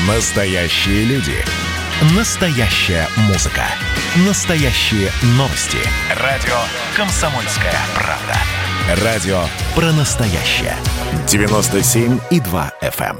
Настоящие люди. Настоящая музыка. Настоящие новости. Радио «Комсомольская правда». Радио про настоящее. 97,2 FM.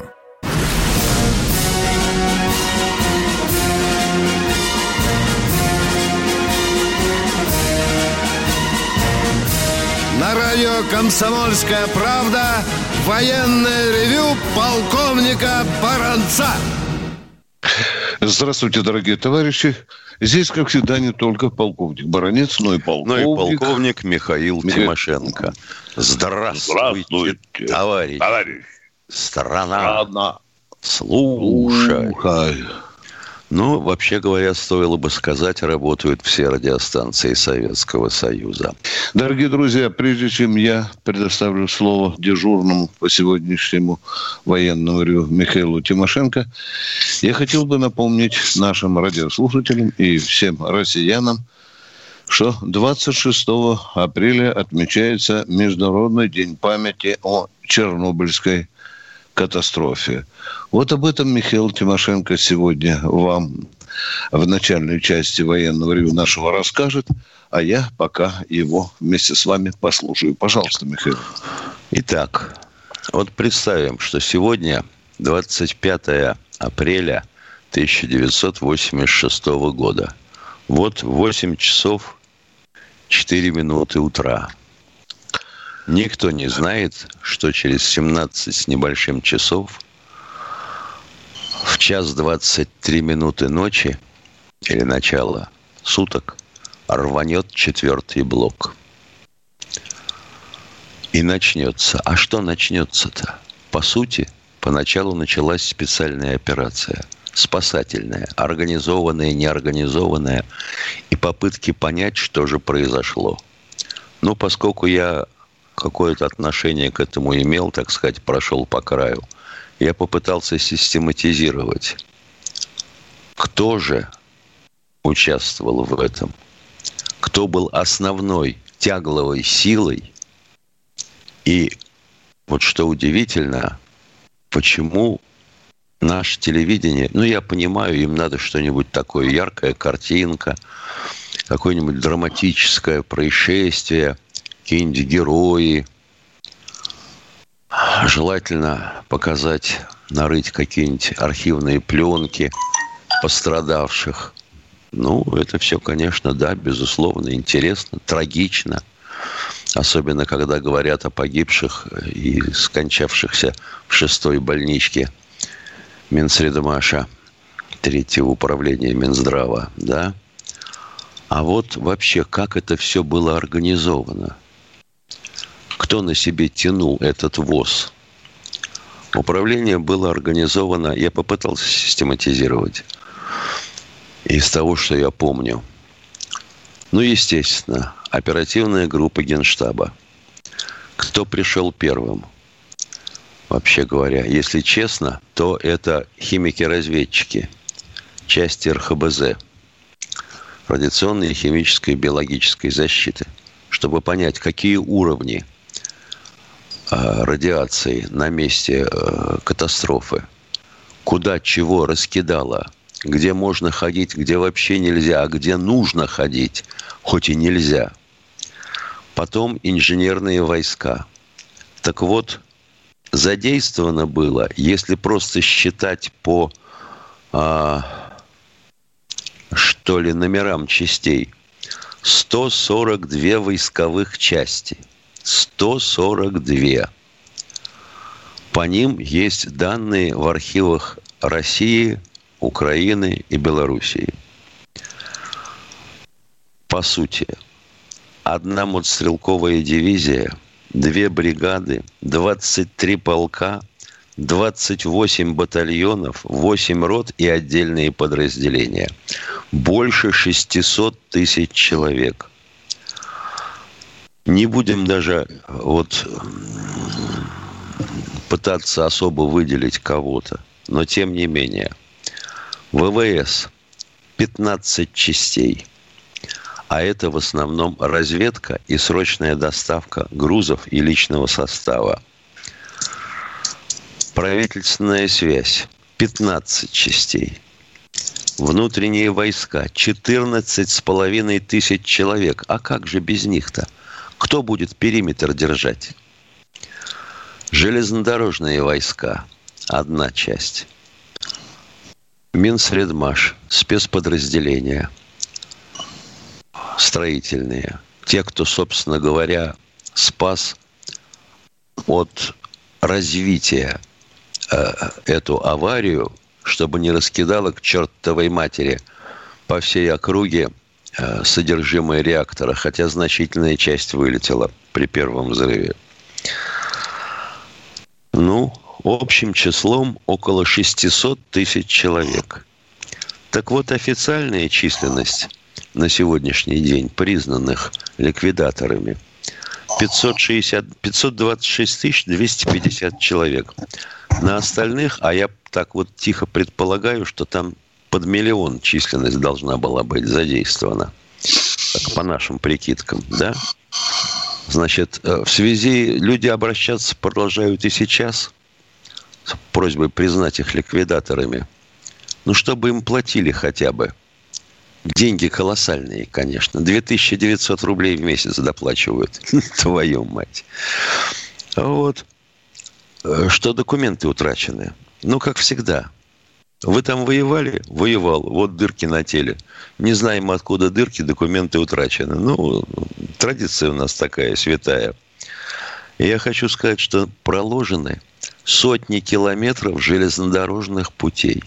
На радио «Комсомольская правда» военное ревю полковника Баранца. Здравствуйте, дорогие товарищи. Здесь, как всегда, не только полковник Баранец, но и полковник Михаил Тимошенко. Здравствуйте, товарищ. Страна. Слушай. Ну, вообще говоря, стоило бы сказать, работают все радиостанции Советского Союза. Дорогие друзья, прежде чем я предоставлю слово дежурному по сегодняшнему военному ревю Михаилу Тимошенко, я хотел бы напомнить нашим радиослушателям и всем россиянам, что 26 апреля отмечается Международный день памяти о Чернобыльской катастрофе. Вот об этом Михаил Тимошенко сегодня вам в начальной части военного ревю нашего расскажет, а я пока его вместе с вами послушаю. Пожалуйста, Михаил. Итак, вот представим, что сегодня 25 апреля 1986 года. Вот 8 часов 4 минуты утра. Никто не знает, что через 17 с небольшим часов в 1:23 минуты ночи или начало суток рванет 4-й блок. И начнется. А что начнется-то? По сути, поначалу началась специальная операция. Спасательная, организованная, неорганизованная. И попытки понять, что же произошло. Ну, поскольку я какое-то отношение к этому имел, так сказать, прошел по краю, я попытался систематизировать, кто же участвовал в этом, кто был основной тягловой силой, и вот что удивительно, почему наше телевидение, ну, я понимаю, им надо что-нибудь такое, яркая картинка, какое-нибудь драматическое происшествие, какие-нибудь герои. Желательно показать, нарыть какие-нибудь архивные пленки пострадавших. Ну, это все, конечно, да, безусловно, интересно, трагично. Особенно, когда говорят о погибших и скончавшихся в 6-й больничке Минсредмаша 3-го управления Минздрава, да. А вот вообще, как это все было организовано? Кто на себе тянул этот воз? Управление было организовано, я попытался систематизировать из того, что я помню. Ну, естественно, оперативная группа Генштаба. Кто пришел первым? Вообще говоря, если честно, то это химики-разведчики, части РХБЗ, радиационной, химической и биологической защиты, чтобы понять, какие уровни радиации на месте катастрофы, куда чего раскидало, где можно ходить, где вообще нельзя, а где нужно ходить, хоть и нельзя. Потом инженерные войска. Так вот, задействовано было, если просто считать по, что ли, номерам частей, 142 войсковых части. 142. По ним есть данные в архивах России, Украины и Белоруссии. По сути, одна мотострелковая дивизия, 2 бригады, 23 полка, 28 батальонов, 8 рот и отдельные подразделения. Больше 600 тысяч человек. Не будем даже вот пытаться особо выделить кого-то, но тем не менее. ВВС 15 частей, а это в основном разведка и срочная доставка грузов и личного состава. Правительственная связь 15 частей. Внутренние войска 14,5 тысяч человек. А как же без них-то? Кто будет периметр держать? Железнодорожные войска – одна часть. Минсредмаш, спецподразделения, строительные. Те, кто, собственно говоря, спас от развития эту аварию, чтобы не раскидало к чертовой матери по всей округе содержимое реактора, хотя значительная часть вылетела при первом взрыве. Общим числом около 600 тысяч человек. Так вот, официальная численность на сегодняшний день признанных ликвидаторами 526 250 человек. На остальных, а я так вот тихо предполагаю, что там под 1 миллион численность должна была быть задействована. Так, по нашим прикидкам, да? Значит, в связи люди обращаться продолжают и сейчас с просьбой признать их ликвидаторами. Чтобы им платили хотя бы. Деньги колоссальные, конечно. 2900 рублей в месяц доплачивают. Твою мать. Вот. Что документы утрачены. Как всегда. Вы там воевали? Воевал. Вот дырки на теле. Не знаем, откуда дырки, документы утрачены. Традиция у нас такая святая. И я хочу сказать, что проложены сотни километров железнодорожных путей.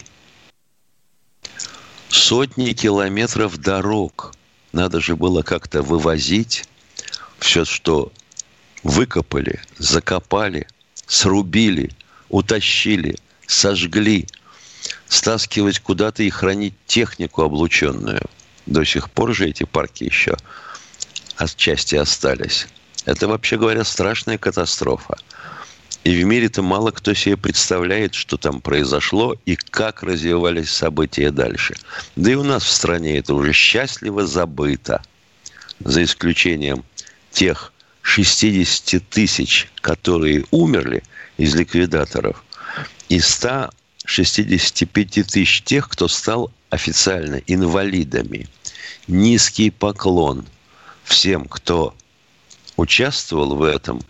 Сотни километров дорог. Надо же было как-то вывозить все, что выкопали, закопали, срубили, утащили, сожгли, стаскивать куда-то и хранить технику облученную. До сих пор же эти парки еще отчасти остались. Это, вообще говоря, страшная катастрофа. И в мире-то мало кто себе представляет, что там произошло и как развивались события дальше. Да и у нас в стране это уже счастливо забыто. За исключением тех 60 тысяч, которые умерли из ликвидаторов, и 165 тысяч тех, кто стал официально инвалидами. Низкий поклон всем, кто участвовал в этом.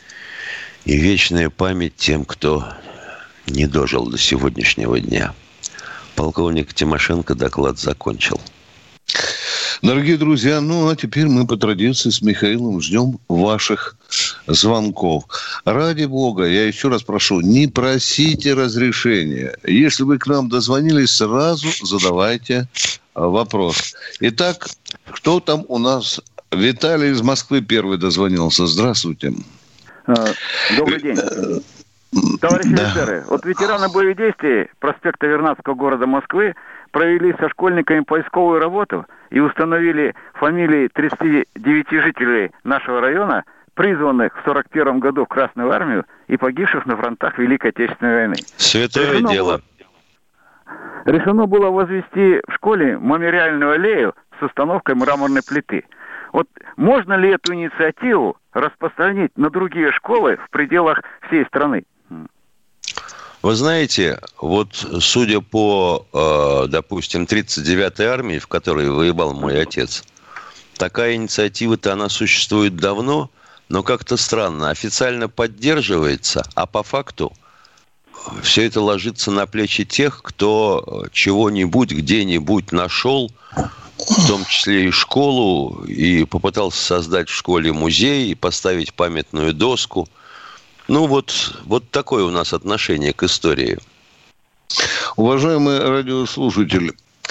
И вечная память тем, кто не дожил до сегодняшнего дня. Полковник Тимошенко доклад закончил. Дорогие друзья, а теперь мы по традиции с Михаилом ждем ваших звонков. Ради бога, я еще раз прошу, не просите разрешения. Если вы к нам дозвонились, сразу задавайте вопрос. Итак, кто там у нас? Виталий из Москвы первый дозвонился. Здравствуйте. Добрый день. Товарищи офицеры, ветераны боевых действий проспекта Вернадского города Москвы провели со школьниками поисковую работу и установили фамилии 39 жителей нашего района, призванных в 1941 году в Красную армию и погибших на фронтах Великой Отечественной войны. Святое дело. Решено было возвести в школе мемориальную аллею с установкой мраморной плиты. Можно ли эту инициативу распространить на другие школы в пределах всей страны? Вы знаете, судя по, допустим, 39-й армии, в которой воевал мой отец, такая инициатива-то, она существует давно, но как-то странно. Официально поддерживается, а по факту все это ложится на плечи тех, кто чего-нибудь где-нибудь нашел, в том числе и школу, и попытался создать в школе музей, и поставить памятную доску. Вот такое у нас отношение к истории. Уважаемый радиослушатель,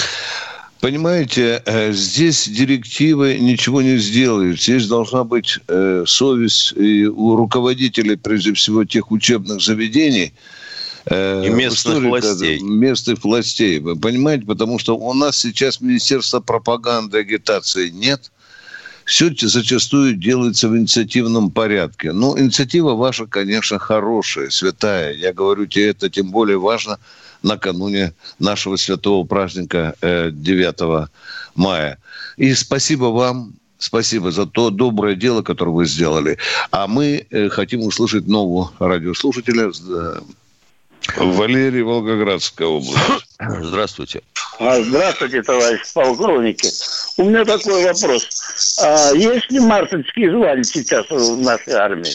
понимаете, здесь директивы ничего не сделают. Здесь должна быть совесть и у руководителей, прежде всего, тех учебных заведений, и местных властей. Местных властей, вы понимаете, потому что у нас сейчас Министерства пропаганды, агитации нет. Все зачастую делается в инициативном порядке. Инициатива ваша, конечно, хорошая, святая. Я говорю тебе, это тем более важно накануне нашего святого праздника 9 мая. И спасибо вам. Спасибо за то доброе дело, которое вы сделали. А мы хотим услышать нового радиослушателя. Валерий, Волгоградская область. Здравствуйте. Здравствуйте, товарищ полковники. У меня такой вопрос. Есть ли маршальские звания сейчас в нашей армии?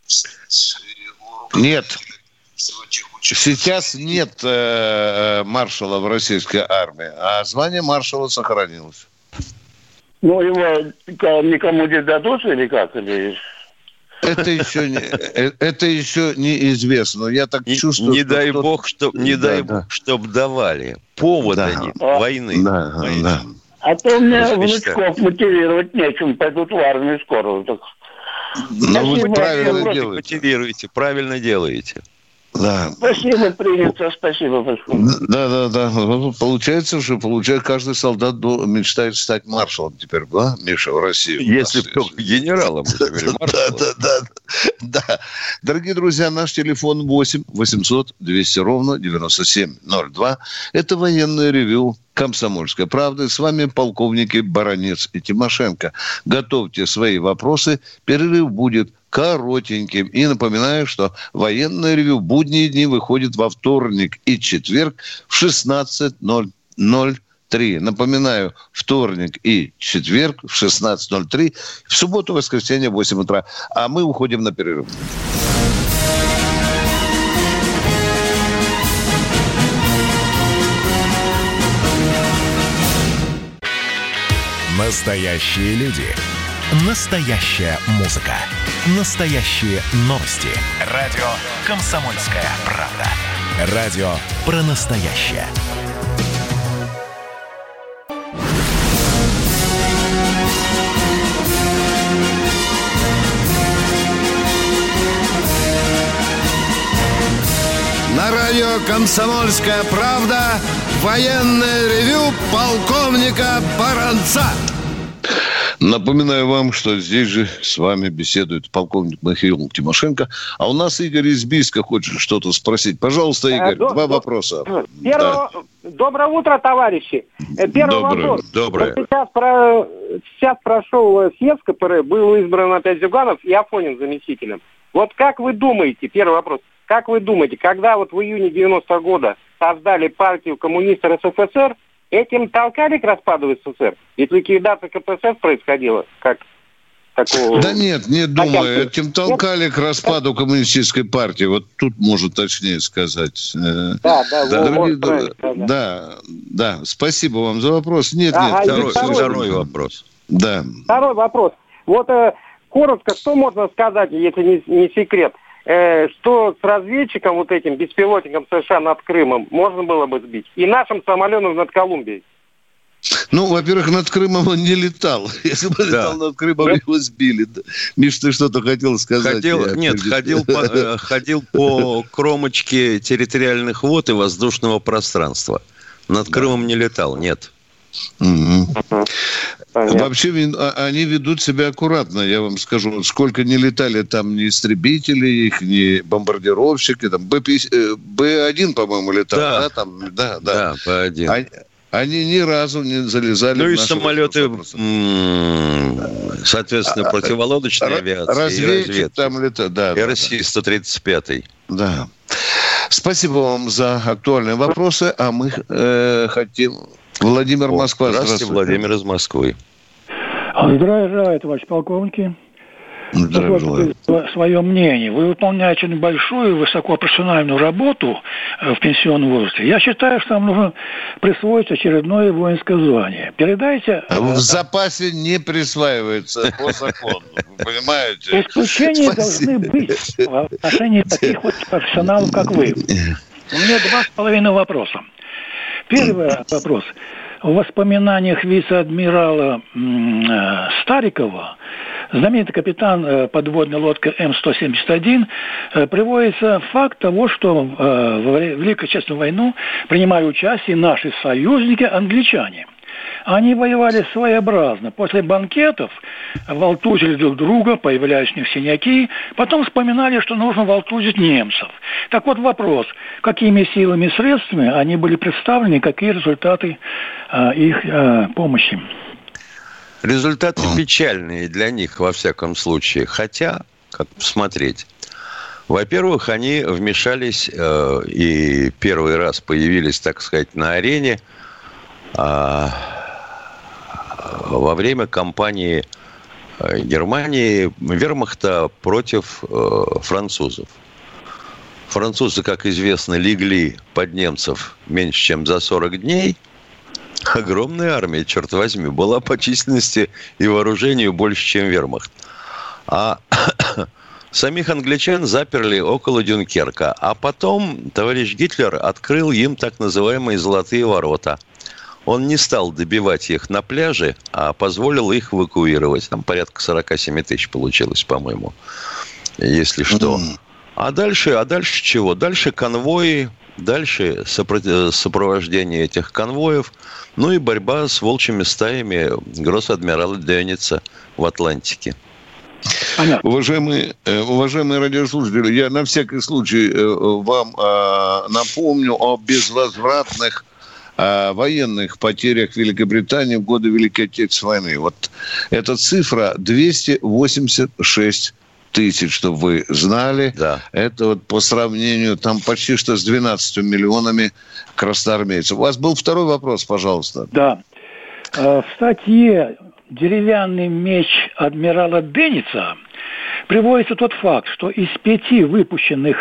Нет. Сейчас нет маршала в российской армии, а звание маршала сохранилось. Ну, его никому не дадут или как? Или... Это еще неизвестно. Я так чувствую, не дай бог, чтоб давали. Повода нет войны. Да. А то мне внучков мотивировать нечем. Пойдут в армию скоро. Ну, вы правильно делаете. Правильно делаете. Да. Спасибо, принято. Спасибо большое. Да. Получается, что каждый солдат мечтает стать маршалом теперь, да, Миша, в России. Если только генералом. Да. Дорогие друзья, наш телефон 8 800 200 ровно 9702. Это военное ревю «Комсомольской правды». С вами полковники Баранец и Тимошенко. Готовьте свои вопросы. Перерыв будет коротеньким. И напоминаю, что военное ревю в будние дни выходит во вторник и четверг в 16:03. Напоминаю, вторник и четверг в 16:03. В субботу и воскресенье в 8 утра. А мы уходим на перерыв. Настоящие люди. Настоящая музыка. Настоящие новости. Радио «Комсомольская правда». Радио про настоящее. На радио «Комсомольская правда» военное ревю полковника Баранца. Напоминаю вам, что здесь же с вами беседует полковник Михаил Тимошенко. А у нас Игорь из Бийска хочет что-то спросить. Пожалуйста, Игорь, два вопроса. Доброе утро, товарищи. Первый вопрос. Доброе. Сейчас прошел съезд КПРФ, был избран опять Зюганов и Афонин заместителем. Вот как вы думаете, первый вопрос, как вы думаете, когда вот в июне 90-го года создали партию коммунистов РСФСР, этим толкали к распаду СССР? Ведь ликвидация КПСС происходила как такого... Да нет, не думаю. Этим толкали к распаду коммунистической партии. Вот тут можно точнее сказать. Да. Спасибо вам за вопрос. Нет. Второй вопрос. Да. Второй вопрос. Вот коротко, что можно сказать, если не секрет, что с разведчиком вот этим, беспилотником США над Крымом можно было бы сбить? И нашим самолетом над Колумбией? Ну, во-первых, над Крымом он не летал. Если бы летал над Крымом, его сбили. Миш, ты что-то хотел сказать? Ходил по кромочке территориальных вод и воздушного пространства. Над Крымом не летал, нет. Вообще, они ведут себя аккуратно, я вам скажу. Сколько не летали там ни истребители, их, ни бомбардировщики. Там Б-1, по-моему, летал. Да, Б-1. Они ни разу не залезали в наши... Ну и самолеты, соответственно, противолодочной авиации. Разведчик там летает. Да, РСИ-135. Да. Спасибо вам за актуальные вопросы. А мы хотим... Владимир, Москва. Здравствуйте, Владимир из Москвы. Здравия, товарищ полковники. Здравия. Свое мнение. Вы выполняете небольшую высокопрофессиональную работу в пенсионном возрасте. Я считаю, что вам нужно присвоить очередное воинское звание. Передайте... В запасе не присваивается по закону. Вы понимаете? Исключения должны быть в отношении таких вот профессионалов, как вы. У меня 2,5 вопроса. Первый вопрос. В воспоминаниях вице-адмирала Старикова, знаменитый капитан подводной лодки М-171, приводится факт того, что в Великой Отечественную войну принимали участие наши союзники англичане. Они воевали своеобразно. После банкетов волтузили друг друга, появлялись у них синяки. Потом вспоминали, что нужно волтузить немцев. Так вот вопрос, какими силами и средствами они были представлены, какие результаты их помощи? Результаты печальные для них, во всяком случае. Хотя, как посмотреть, Во-первых, они вмешались и первый раз появились, так сказать, на арене во время кампании Германии вермахта против французов. Французы, как известно, легли под немцев меньше, чем за 40 дней. Огромная армия, черт возьми, была по численности и вооружению больше, чем вермахт. А самих англичан заперли около Дюнкерка. А потом товарищ Гитлер открыл им так называемые «золотые ворота». Он не стал добивать их на пляже, а позволил их эвакуировать. Там порядка 47 тысяч получилось, по-моему, если что. А дальше чего? Дальше конвои, дальше сопровождение этих конвоев, ну и борьба с волчьими стаями гросс-адмирала Дёница в Атлантике. Уважаемые радиослушатели, я на всякий случай вам напомню о безвозвратных военных потерях Великобритании в годы Великой Отечественной войны. Вот эта цифра 286 тысяч, чтобы вы знали. Да. Это вот по сравнению там почти что с 12 миллионами красноармейцев. У вас был второй вопрос, пожалуйста. Да. В статье «Деревянный меч адмирала Дёница» приводится тот факт, что из 5 выпущенных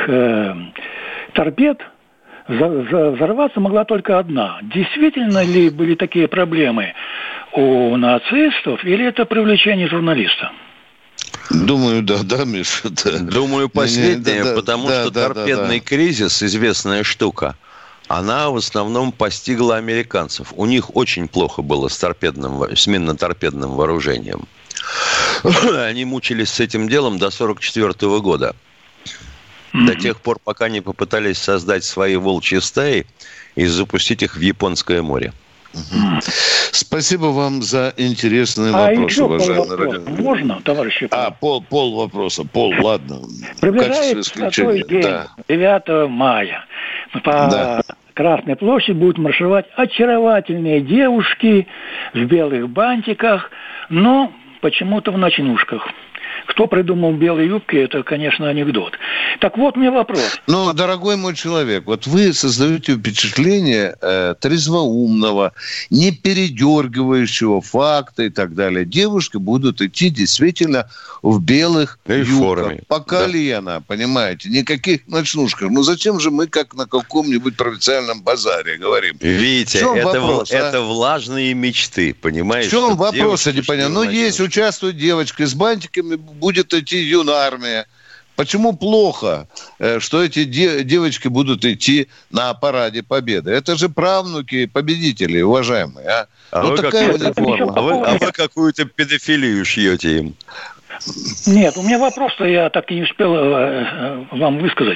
торпед взорваться могла только одна. Действительно ли были такие проблемы у нацистов, или это привлечение журналиста? Думаю, да, Миша. Да. Думаю, последнее, потому что торпедный кризис, известная штука, она в основном постигла американцев. У них очень плохо было с минно-торпедным вооружением. Они мучились с этим делом до 1944 года. До тех пор, пока не попытались создать свои волчьи стаи и запустить их в Японское море. Спасибо вам за интересный вопрос, уважаемый радиослушатель. Можно, товарищи? Пол вопроса. Ладно. Приближается такой день, 9 мая. По Красной площади будут маршировать очаровательные девушки в белых бантиках, но почему-то в ночнушках. Кто придумал белые юбки, это, конечно, анекдот. Так вот, мне вопрос. Но, дорогой мой человек, вот вы создаете впечатление трезвоумного, не передергивающего факты и так далее. Девушки будут идти действительно в белых юбках. По колено, понимаете? Никаких ночнушках. Ну, зачем же мы, как на каком-нибудь провинциальном базаре, говорим? Витя, это влажные мечты, понимаешь? В чем вопрос, я не понимаю? Ну, есть, участвует девочка с бантиками, будет идти юнармия. Почему плохо, что эти девочки будут идти на параде Победы? Это же правнуки победителей, уважаемые. Вы какую-то педофилию шьете им. Нет, у меня вопрос-то я так и не успел вам высказать.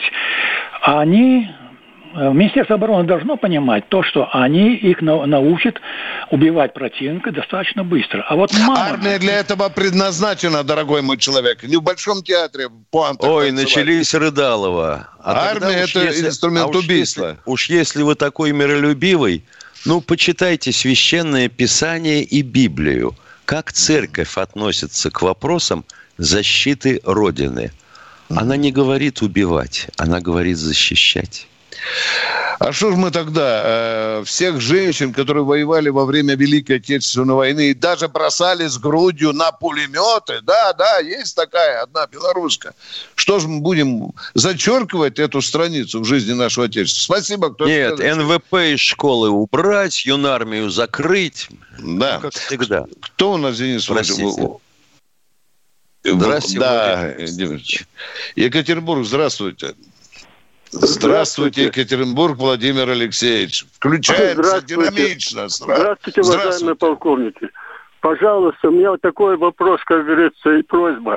Министерство обороны должно понимать то, что они их научат убивать противника достаточно быстро. А вот армия для этого предназначена, дорогой мой человек. Не в Большом театре пуантах. Ой, начались Рыдалова. Армия – это инструмент убийства. Если вы такой миролюбивый, почитайте Священное Писание и Библию. Как церковь относится к вопросам защиты Родины. Она не говорит убивать, она говорит защищать. А что же мы тогда всех женщин, которые воевали во время Великой Отечественной войны и даже бросались грудью на пулеметы, да, есть такая одна белоруска, что же мы будем зачеркивать эту страницу в жизни нашего Отечества? Спасибо. Нет, НВП из школы убрать, юнармию закрыть. Да. Как всегда. Кто у нас, Денис? Здравствуйте. Екатеринбург, здравствуйте. Здравствуйте, Екатеринбург, Владимир Алексеевич. Включается динамично. Здравствуйте, уважаемые полковники. Пожалуйста, у меня такой вопрос, как говорится, и просьба.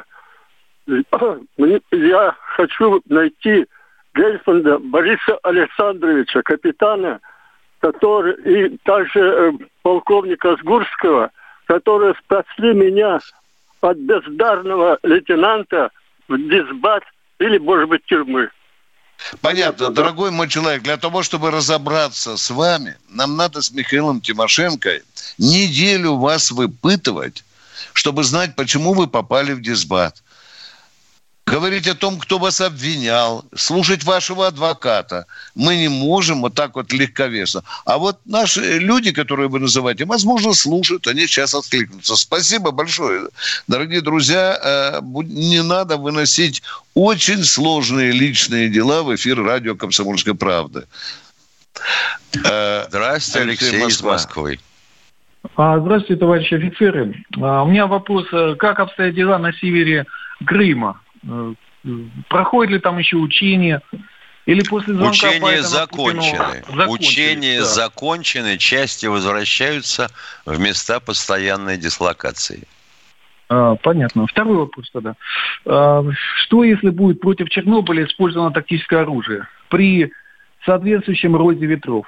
Я хочу найти Гельфанда Бориса Александровича, капитана, который, и также полковника Сгурского, которые спасли меня от бездарного лейтенанта в дисбат или, может быть, тюрьмы. Понятно. Дорогой мой человек, для того, чтобы разобраться с вами, нам надо с Михаилом Тимошенко неделю вас выпытывать, чтобы знать, почему вы попали в дисбат. говорить о том, кто вас обвинял, слушать вашего адвоката. Мы не можем вот так вот легковесно. А вот наши люди, которые вы называете, возможно, слушают, они сейчас откликнутся. Спасибо большое. Дорогие друзья, не надо выносить очень сложные личные дела в эфир радио «Комсомольской правды». Здравствуйте, Алексей из Москвы. Здравствуйте, товарищи офицеры. У меня вопрос, как обстоят дела на севере Крыма? Проходит ли там еще учения? Или после звонка учения закончены. Учения закончены, части возвращаются в места постоянной дислокации. Понятно. Второй вопрос тогда. Что, если будет против Чернобыля использовано тактическое оружие при соответствующем роде ветров?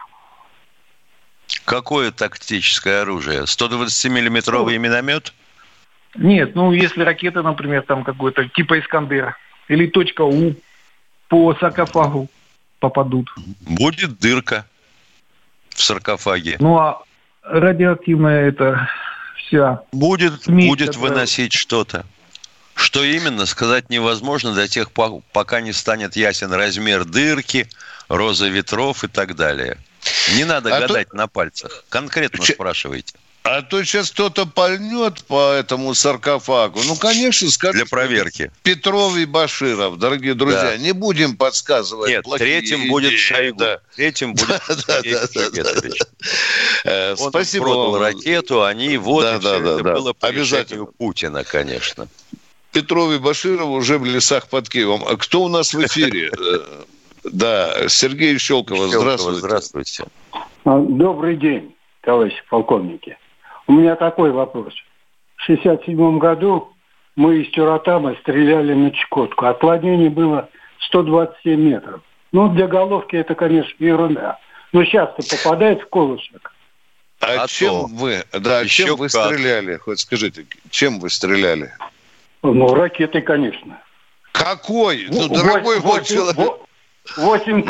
Какое тактическое оружие? 120-миллиметровый миномет? Нет, если ракеты, например, там какой-то типа «Искандер» или точка «У» по саркофагу попадут. Будет дырка в саркофаге. А радиоактивная это вся... Будет выносить что-то. Что именно, сказать невозможно до тех пор, пока не станет ясен размер дырки, роза ветров и так далее. Не надо гадать на пальцах. Конкретно спрашивайте. А то сейчас кто-то пальнет по этому саркофагу. Конечно, скажите. Для проверки. Петров и Баширов, дорогие друзья, не будем подсказывать. Нет, третьим будет Шойгу. Да. Третьим будет Сергей. Спасибо. Он продал ракету, они это было по решению Путина, конечно. Петров и Баширов уже в лесах под Киевом. А кто у нас в эфире? Да, Сергей Щелкова. Здравствуйте. Добрый день, товарищи полковники. У меня такой вопрос. В 1967 году мы из Тюратама стреляли на Чукотку. Отклонение было 127 метров. Для головки это, конечно, ерунда. Но сейчас-то попадает в колышек. Чем вы стреляли? Хоть скажите, чем вы стреляли? Ракетой, конечно. Какой? Дорогой мой человек. 8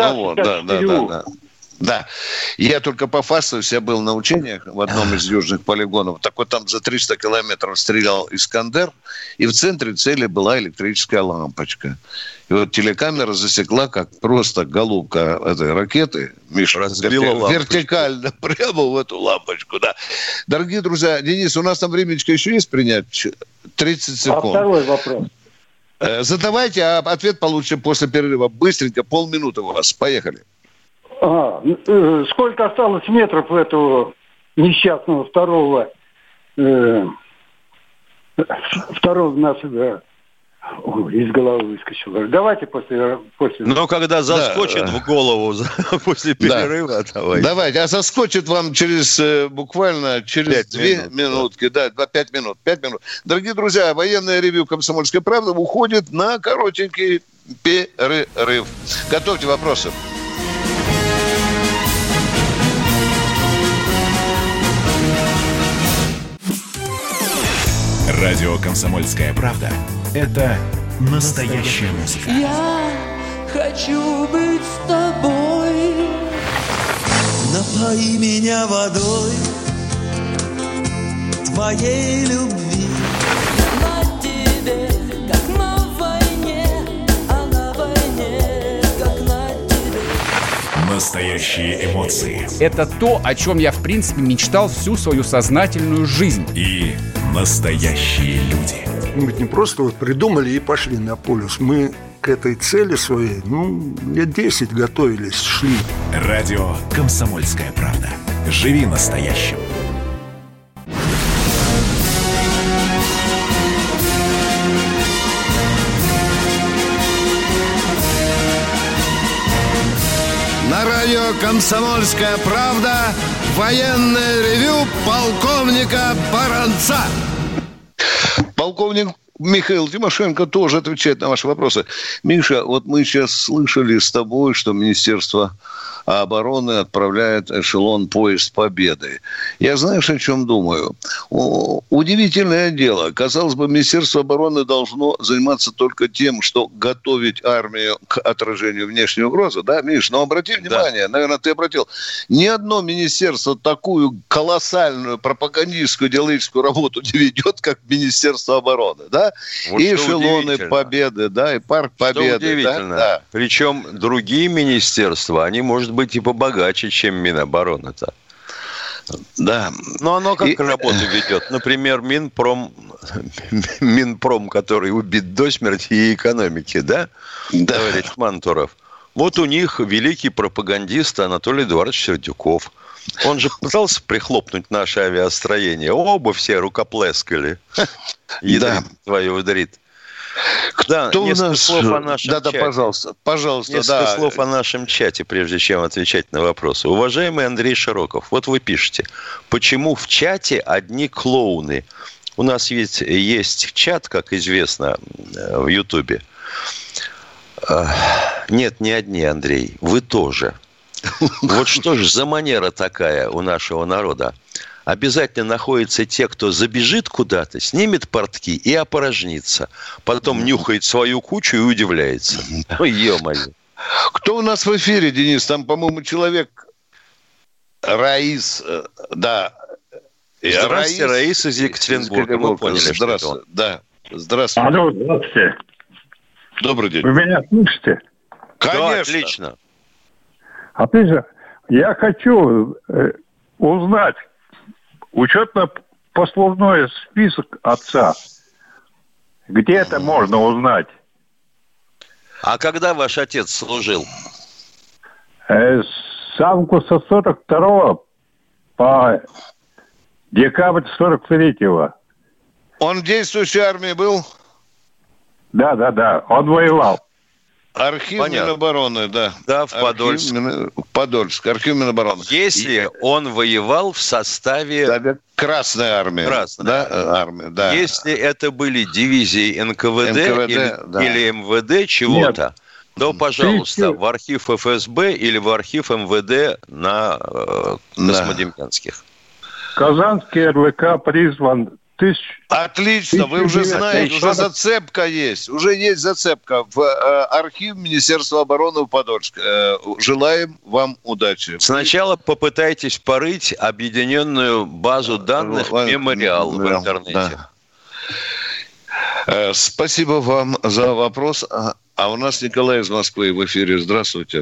Да. Я только пофастаюсь, я был на учениях в одном из южных полигонов. Так вот там за 300 километров стрелял «Искандер», и в центре цели была электрическая лампочка. И вот телекамера засекла, как просто голубка этой ракеты, Миша, вертикально прямо в эту лампочку. Да. Дорогие друзья, Денис, у нас там времечко еще есть принять? 30 секунд. А второй вопрос. Задавайте, а ответ получите после перерыва. Быстренько, полминуты у вас. Поехали. Сколько осталось метров этого несчастного второго нашего... из головы выскочило. Давайте после... когда заскочит в голову после перерыва, давайте. Давайте, а заскочит вам буквально через 2 минутки. Да, 5 минут. Дорогие друзья, военное ревью «Комсомольской правды» уходит на коротенький перерыв. Готовьте вопросы. Радио «Комсомольская правда» — это настоящая музыка. Я хочу быть с тобой. Напои меня водой твоей любви. На тебе, как на войне, а на войне, как на тебе. Настоящие эмоции. Это то, о чем я, в принципе, мечтал всю свою сознательную жизнь. И настоящие люди. Мы ведь не просто придумали и пошли на полюс. Мы к этой цели своей, лет 10 готовились, шли. Радио «Комсомольская правда». Живи настоящим. На радио «Комсомольская правда» военное ревю полковника Баранца. Полковник Михаил Тимошенко тоже отвечает на ваши вопросы. Миша, вот мы сейчас слышали с тобой, что Министерство обороны отправляет эшелон поезд Победы. Я, знаешь, о чем думаю? Удивительное дело. Казалось бы, Министерство обороны должно заниматься только тем, что готовить армию к отражению внешней угрозы. Да, Миш, но обрати внимание, наверное, ты обратил. Ни одно министерство такую колоссальную пропагандистскую идеологическую работу не ведет, как Министерство обороны. Да? Вот и эшелоны Победы, да, и парк Победы. Что удивительно. Да? Причем другие министерства, они, может быть, и побогаче, чем Минобороны-то. Да. Но оно как работу ведет? Например, Минпром, который убит до смерти и экономики, да? Товарищ Мантуров. Вот у них великий пропагандист Анатолий Эдуардович Сердюков. Он же пытался прихлопнуть наше авиастроение. Оба все рукоплескали. Ядрит твою ударит. Да, несколько слов о нашем чате. Да, пожалуйста. Несколько слов о нашем чате, прежде чем отвечать на вопросы. Уважаемый Андрей Широков, вот вы пишете, почему в чате одни клоуны? У нас ведь есть чат, как известно, в Ютубе. Нет, не одни, Андрей, вы тоже. Вот что ж за манера такая у нашего народа? Обязательно находятся те, кто забежит куда-то, снимет портки и опорожнится. Потом нюхает свою кучу и удивляется. Ой, ё-моё. Кто у нас в эфире, Денис? Там, по-моему, человек Раис. Да. Здравствуйте, Раис из Екатеринбурга. Мы поняли, что это он. Да. Здравствуйте. Алло, здравствуйте. Добрый день. Вы меня слышите? Конечно. Да, отлично. Отлично. Я хочу узнать учетно-послужной список отца. Где это можно узнать? А когда ваш отец служил? С августа 42 по декабрь 43-го. Он в действующей армии был? Да. Он воевал. Архив Минобороны, да. Да, в Подольск. Подольск, архив Минобороны. Если он воевал в составе... Красной армии. Армия, да. Если это были дивизии НКВД или МВД чего-то, то, пожалуйста, в архив ФСБ или в архив МВД на Космодемьянских. Казанский РВК призван... Отлично, вы уже знаете, уже зацепка есть. Уже есть зацепка в архив Министерства обороны в Подольск. Желаем вам удачи. Сначала попытайтесь порыть объединенную базу данных «Мемориал» в интернете. Да. Спасибо вам за вопрос. А у нас Николай из Москвы в эфире. Здравствуйте.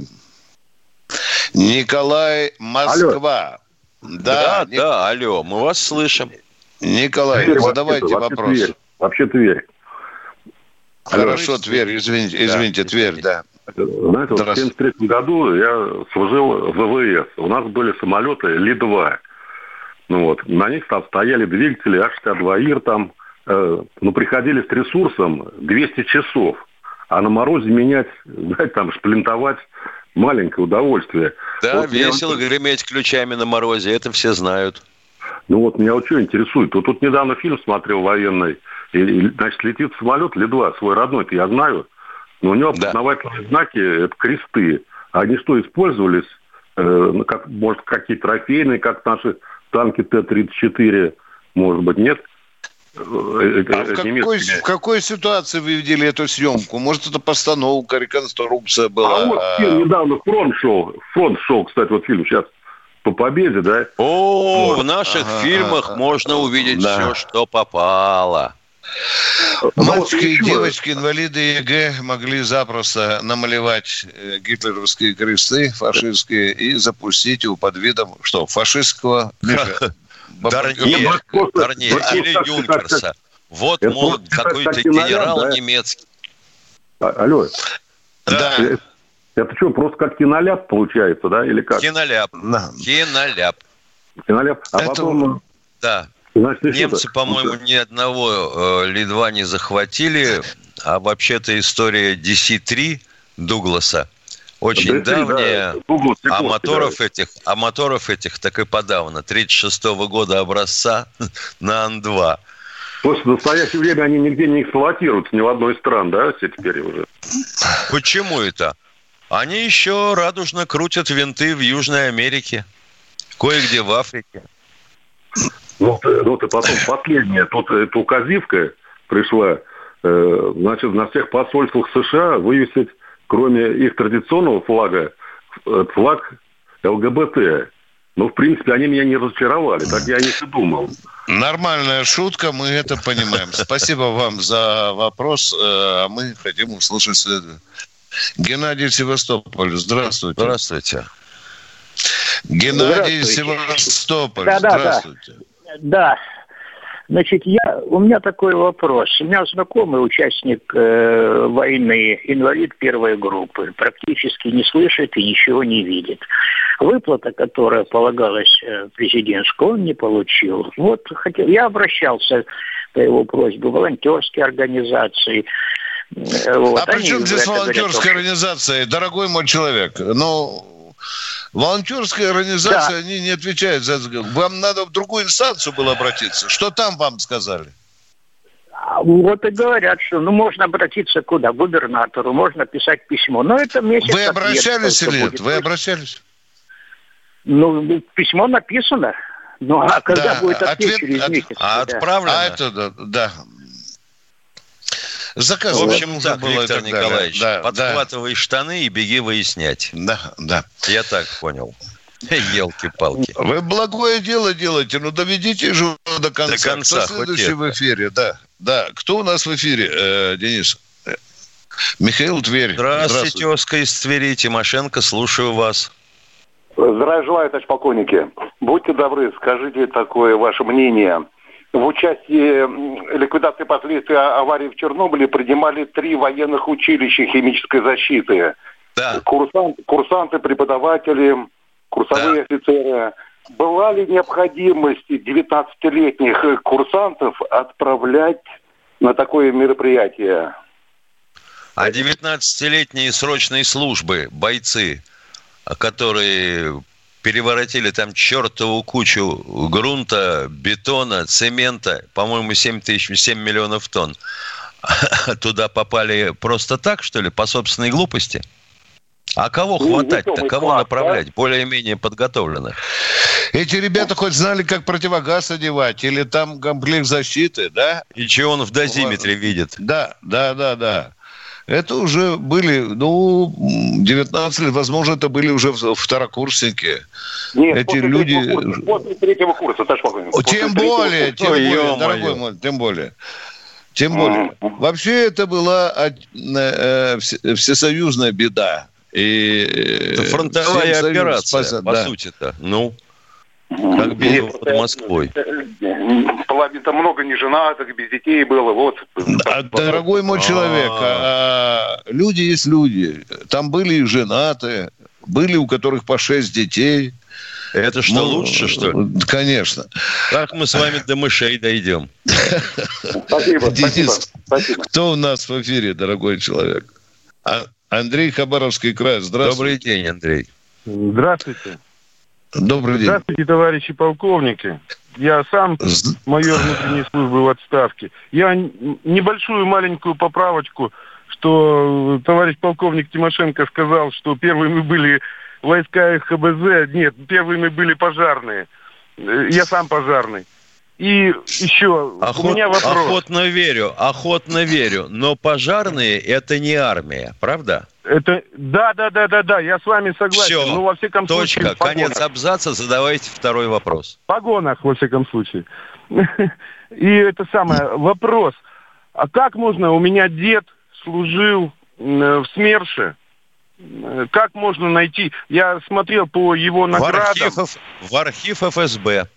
Николай, Москва. Алло. Да, алло, мы вас слышим. Николай, Тверь, задавайте вопрос. Вообще Тверь. Хорошо, Тверь, извините, Тверь, да. Знаете, в 1973 году я служил в ВВС. У нас были самолеты Ли-2. На них там стояли двигатели А-62ИР, там, приходили с ресурсом 200 часов. А на морозе менять, знаете, там, шплинтовать маленькое удовольствие. Да, весело греметь ключами на морозе, это все знают. Меня что интересует. Тут недавно фильм смотрел военный. Значит, летит самолет Ли-2, свой родной, это я знаю. Но у него опознавательные знаки, это кресты. Они что, использовались? Может, какие трофейные, как наши танки Т-34? Может быть, нет? В какой ситуации вы видели эту съемку? Может, это постановка, реконструкция была? Недавно фронт шел, кстати, фильм сейчас. По победе, да? В наших фильмах можно увидеть все, что попало. Мальчики и девочки, инвалиды ЕГЭ могли запросто намалевать гитлеровские кресты фашистские и запустить его под видом, фашистского... Гарнье или Юнкерса. Вот, мол, какой-то генерал немецкий. Алло. Да. Это что, просто как киноляп получается, да, или как? Киноляп. А потом... Да. Немцы, по-моему, ни одного Ли-2 не захватили, а вообще-то история DC-3 Дугласа очень давняя, а моторов этих так и подавно, 36-го года образца на Ан-2. Слушай, в настоящее время они нигде не эксплуатируются, ни в одной из стран, да, все теперь уже? Почему это? Они еще радужно крутят винты в Южной Америке, кое-где в Африке. Ну, и потом последнее. Тут эта указивка пришла, значит, на всех посольствах США вывесить, кроме их традиционного флага, флаг ЛГБТ. Ну, в принципе, они меня не разочаровали, так я о них и думал. Нормальная шутка, мы это понимаем. Спасибо вам за вопрос, а мы хотим услышать следующее. Геннадий, Севастополь, здравствуйте. Здравствуйте. Геннадий, Севастополь, здравствуйте. Да. Значит, у меня такой вопрос. У меня знакомый участник войны, инвалид первой группы, практически не слышит и ничего не видит. Выплата, которая полагалась президентскую, он не получил. Вот я обращался по его просьбе в волонтерские организации. Вот. А при чем здесь волонтерская организация, дорогой мой человек? Ну, волонтерская организация, они не отвечают за это. Вам надо в другую инстанцию было обратиться. Что там вам сказали? Вот и говорят, что можно обратиться куда? К губернатору, можно писать письмо. Но это месяц. Вы обращались или нет? Вы обращались? Ну, письмо написано. Ну, а когда будет ответ через месяц? Отправлено? А это, да. Заказ. В общем, так, Виктор Николаевич, да, подхватывай штаны и беги выяснять. Да. Я так понял. Елки-палки. Вы благое дело делаете, но доведите же до конца. Кто следующий в эфире? Да. Кто у нас в эфире, Денис? Михаил, Тверь. Здравствуйте, тезка из Твери. Тимошенко, слушаю вас. Здравия желаю, товарищ полковники. Будьте добры, скажите такое ваше мнение. В участии ликвидации последствий аварии в Чернобыле принимали 3 военных училища химической защиты. Да. Курсанты, преподаватели, курсовые офицеры. Была ли необходимость 19-летних курсантов отправлять на такое мероприятие? А 19-летние срочные службы, бойцы, которые переворотили там чертову кучу грунта, бетона, цемента, по-моему, 7 миллионов тонн. Туда попали просто так, что ли, по собственной глупости? А кого хватать-то? Кого направлять? Более-менее подготовленных. Эти ребята хоть знали, как противогаз одевать, или там комплект защиты, да? И чего он в дозиметре видит? Да. Это уже были, 19 лет, возможно, это были уже второкурсники. Нет, эти люди... После 3-го курса, товарищ полковник. Тем более, дорогой мой, тем более. Вообще это была всесоюзная беда. Это фронтовая операция, по сути-то. Как битва под Москвой. Половина много неженатых, без детей было. Вот. Дорогой мой человек, люди есть люди. Там были и женатые, были у которых по 6 детей. Это что, лучше, что ли? Конечно. Как мы с вами до мышей дойдем? Спасибо. Денис, кто у нас в эфире, дорогой человек? Андрей, Хабаровский край. Здравствуйте. Добрый день, Андрей. Здравствуйте. Добрый день. Здравствуйте, товарищи полковники. Я сам майор внутренней службы в отставке. Я небольшую маленькую поправочку, что товарищ полковник Тимошенко сказал, что первыми были войска ХБЗ. Нет, первыми были пожарные. Я сам пожарный. И еще у меня вопрос. Охотно верю. Но пожарные – это не армия, правда? Это да, я с вами согласен. Все, ну, во всяком точка, случае, конец абзаца, задавайте второй вопрос. В погонах, во всяком случае. И это самое, вопрос. А как можно, у меня дед служил в СМЕРШе, как можно найти, я смотрел по его наградам. В архив ФСБ.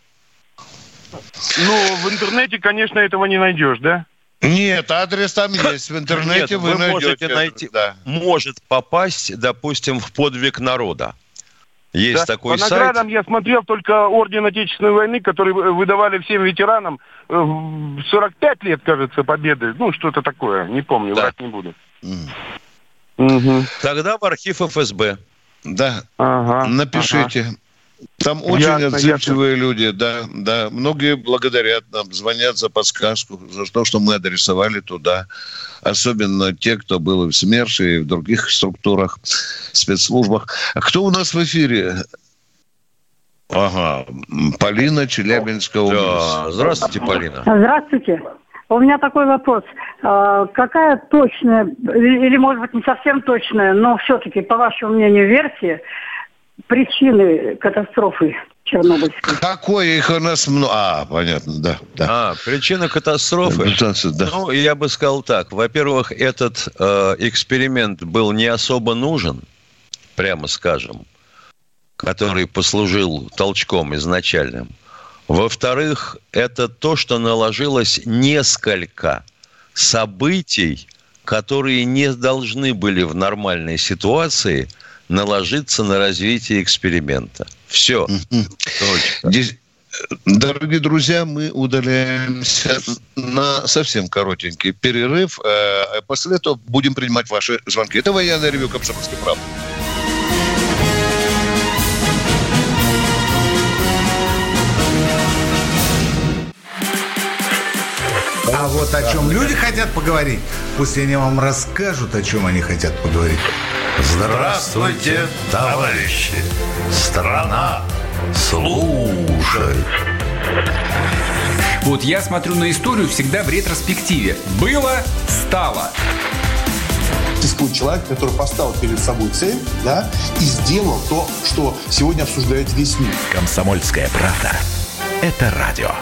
Ну, в интернете, конечно, этого не найдешь, да? Нет, адрес там есть. В интернете вы можете найти. Да. Может попасть, допустим, в подвиг народа. Есть такой сайт. По наградам я смотрел только Орден Отечественной войны, который выдавали всем ветеранам 45 лет, кажется, победы. Ну, что-то такое, не помню, врать не буду. Тогда в архив ФСБ. Да, напишите. Там очень отзывчивые люди, да. Многие благодарят нам, звонят за подсказку, за то, что мы адресовали туда. Особенно те, кто был и в СМЕРШе, и в других структурах, спецслужбах. А кто у нас в эфире? Ага, Полина, Челябинская область. Да. Здравствуйте, Полина. Здравствуйте. У меня такой вопрос. Какая точная, или, может быть, не совсем точная, но все-таки, по вашему мнению, версия причины катастрофы Чернобыльской? Какое их у нас много? Понятно, да. Причина катастрофы? Да. Ну, я бы сказал так. Во-первых, этот эксперимент был не особо нужен, прямо скажем, который послужил толчком изначальным. Во-вторых, это то, что наложилось несколько событий, которые не должны были в нормальной ситуации наложиться на развитие эксперимента. Все. Дорогие друзья, мы удаляемся на совсем коротенький перерыв. После этого будем принимать ваши звонки. Это военное ревью «Комсомольской правды». А вот о чем люди хотят поговорить, пусть они вам расскажут, о чем они хотят поговорить. Здравствуйте, товарищи! Страна слушает. Вот я смотрю на историю всегда в ретроспективе. Было, стало. Существует человек, который поставил перед собой цель, да, и сделал то, что сегодня обсуждает весь мир. «Комсомольская правда» – это радио.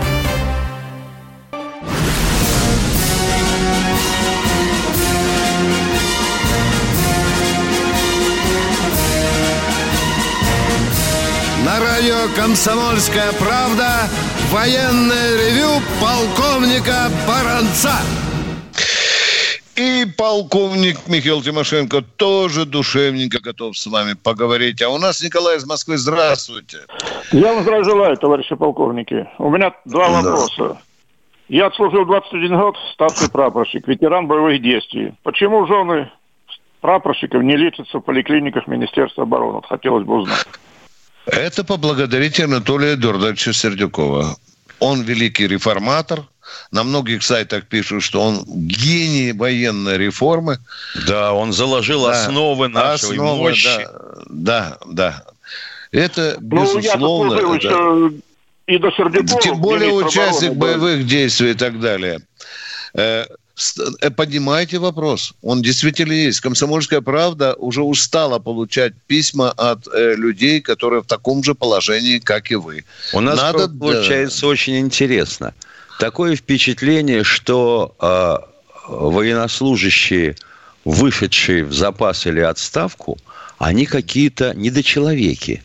На радио «Комсомольская правда» военное ревю полковника Баранца. И полковник Михаил Тимошенко тоже душевненько готов с вами поговорить. А у нас Николай из Москвы. Здравствуйте. Я вам здравия желаю, товарищи полковники. У меня два вопроса. Я отслужил 21 год, старший прапорщик, ветеран боевых действий. Почему жены прапорщиков не лечатся в поликлиниках Министерства обороны? Вот хотелось бы узнать. Это поблагодарить Анатолия Эдуардовича Сердюкова. Он великий реформатор. На многих сайтах пишут, что он гений военной реформы. Да, он заложил основы нашей мощи. Да. Это, безусловно... И до Сердюкова, тем более участник боевых действий и так далее. Поднимайте вопрос. Он действительно есть. «Комсомольская правда» уже устала получать письма от людей, которые в таком же положении, как и вы. У нас получается очень интересно. Такое впечатление, что военнослужащие, вышедшие в запас или отставку, они какие-то недочеловеки.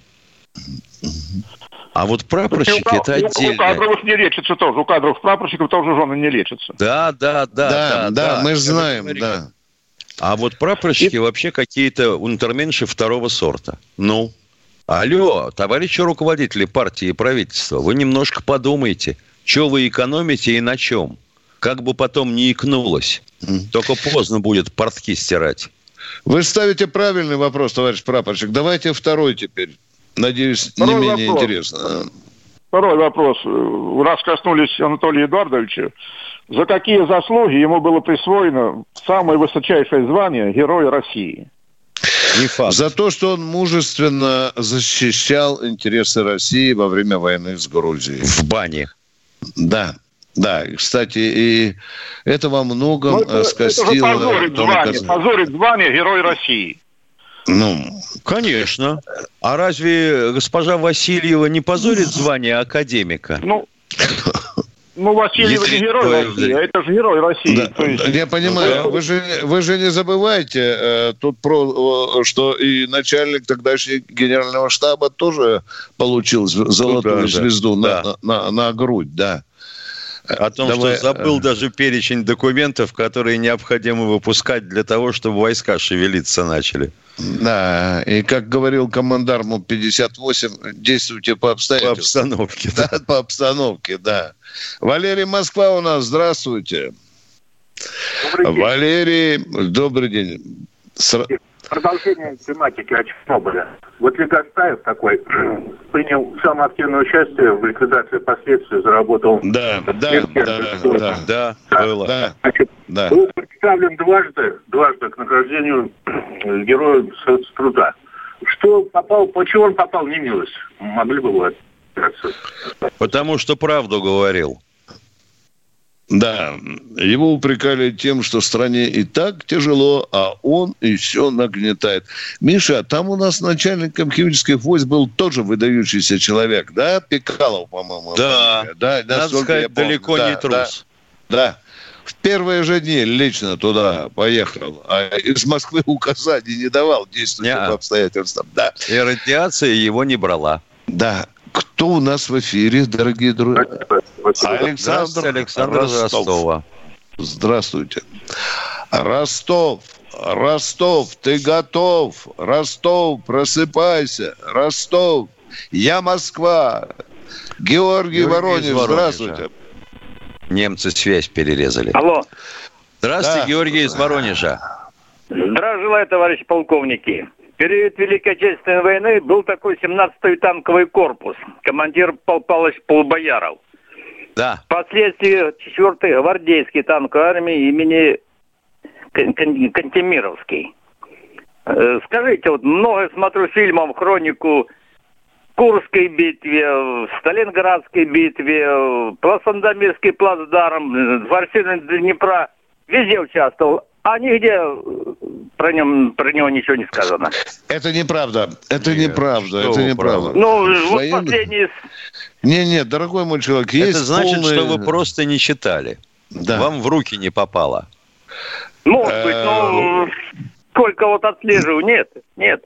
А вот прапорщики – это отдельно. У кадровых не лечится тоже. У кадровых прапорщиков тоже жены не лечатся. Да, мы же знаем, да. А вот прапорщики вообще какие-то унтерменши второго сорта. Ну, алло, товарищи руководители партии и правительства, вы немножко подумайте, что вы экономите и на чем. Как бы потом не икнулось. Только поздно будет портки стирать. Вы ставите правильный вопрос, товарищ прапорщик. Давайте второй теперь. Надеюсь, не менее интересно. Второй вопрос. Раз коснулись Анатолия Эдуардовича. За какие заслуги ему было присвоено самое высочайшее звание Героя России? За то, что он мужественно защищал интересы России во время войны с Грузией. В бане. Да. Кстати, и это во многом скостило... Это позорит звание Герой России. Конечно. А разве госпожа Васильева не позорит звание академика? Васильева не Герой России, а это же Герой России. Да, то есть... Я понимаю. Вы же не забывайте, что и начальник тогдашнего генерального штаба тоже получил золотую звезду на грудь, да. О том, что забыл даже перечень документов, которые необходимо выпускать для того, чтобы войска шевелиться начали. Да, и как говорил командарм МУ-58, действуйте по обстоятельствам. По обстановке. Да, по обстановке, да. Валерий, Москва у нас, здравствуйте. Добрый день. Валерий, добрый день. продолжение тематики о Чернобыле. Вот Легостаев такой принял самое активное участие в ликвидации последствий, заработал... Да, было. Значит, был представлен дважды к награждению Героя соцтруда. Почему он попал в немилость? Могли бы вы ответить? Потому что правду говорил. Да, его упрекали тем, что стране и так тяжело, а он еще нагнетает. Миша, там у нас начальником химических войск был тоже выдающийся человек, да? Пекалов, по-моему. Да, надо сказать, далеко не трус. Да. В первые же дни лично туда поехал, а из Москвы указаний не давал действующим обстоятельствам. Да. И радиация его не брала. Да. Кто у нас в эфире, дорогие друзья? Александр Ростова. Здравствуйте. Ростов, ты готов? Ростов, просыпайся. Ростов, я Москва. Георгий Воронеж, здравствуйте. Немцы связь перерезали. Алло. Здравствуйте, Георгий из Воронежа. Здравия желаю, товарищи полковники. В период Великой Отечественной войны был такой 17-й танковый корпус. Командир Пал Палыч Полубояров. Да. Впоследствии 4-й гвардейский танковой армии имени Кантемировский. Скажите, вот много смотрю фильмов, хронику Курской битве, Сталинградской битве, Плацдамирский плацдарм, Форсирование Днепра. Везде участвовал. А нигде про него ничего не сказано. Это неправда. Это неправда. Ну, вот последний... Нет, дорогой мой человек, есть это значит, что вы просто не читали. Да. Вам в руки не попало. Может быть, но сколько вот отслеживаю, нет.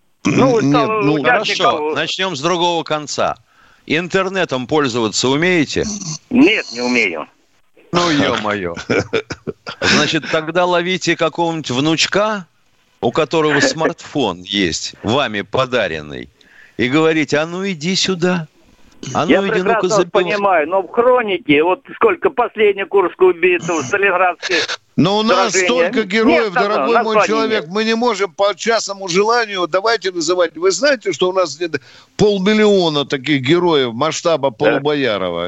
Хорошо, начнем с другого конца. Интернетом пользоваться умеете? Нет, не умею. Ну, ё-моё. Значит, тогда ловите какого-нибудь внучка, у которого смартфон есть, вами подаренный, и говорите, а ну иди сюда. А ну я иди, прекрасно ну-ка, понимаю, но в хронике, вот сколько последняя Курскую битву, Сталинградские... Но у нас столько героев, дорогой мой человек, мы не можем по частному желанию, давайте называть. Вы знаете, что у нас 500 000 таких героев масштаба Полубоярова?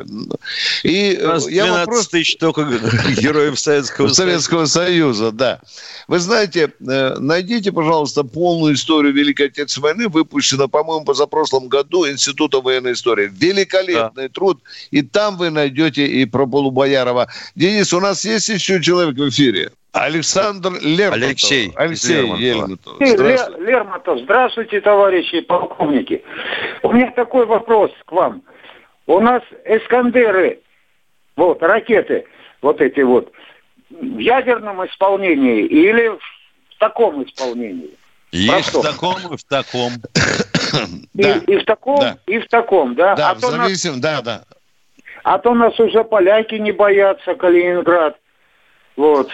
И у нас 12 тысяч только героев Советского Союза, да. Вы знаете, найдите, пожалуйста, полную историю Великой Отечественной войны, выпущена, по-моему, позапрошлом году Института военной истории. Великолепный труд, и там вы найдете и про Полубоярова. Денис, у нас есть еще человек в эфире? Александр Лермонтов. Алексей Лермонтов. Лермонтов. Здравствуйте, товарищи полковники. У меня такой вопрос к вам. У нас Искандеры, вот, ракеты, вот эти вот, в ядерном исполнении или в таком исполнении? Есть в таком и в таком. И в таком, и в таком, да? Да, да. А то нас уже поляки не боятся, Калининград. Вот.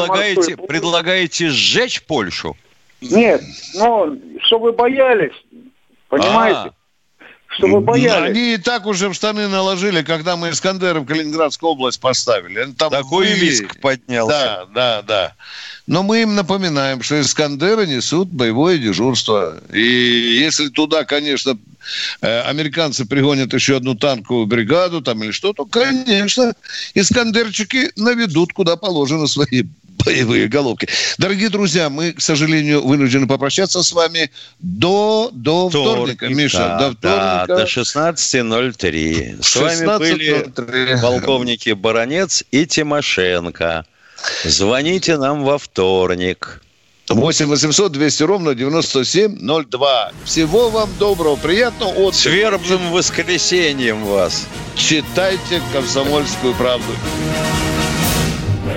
Предлагаете сжечь Польшу? Нет, но чтобы боялись, понимаете? Чтобы боялись. Они и так уже в штаны наложили, когда мы Искандеры в Калининградскую область поставили. Там такой визг поднялся. Да. Но мы им напоминаем, что Искандеры несут боевое дежурство. И если туда, конечно, американцы пригонят еще одну танковую бригаду там или что, то, конечно, Искандерчики наведут куда положено свои боевые головки. Дорогие друзья, мы, к сожалению, вынуждены попрощаться с вами до вторника, Миша. До вторника. До 16:03. С вами были полковники Баранец и Тимошенко. Звоните нам во вторник. 8 800 200 ровно 9702. Всего вам доброго, приятного отдыха. С вербным воскресеньем вас. Читайте «Комсомольскую правду».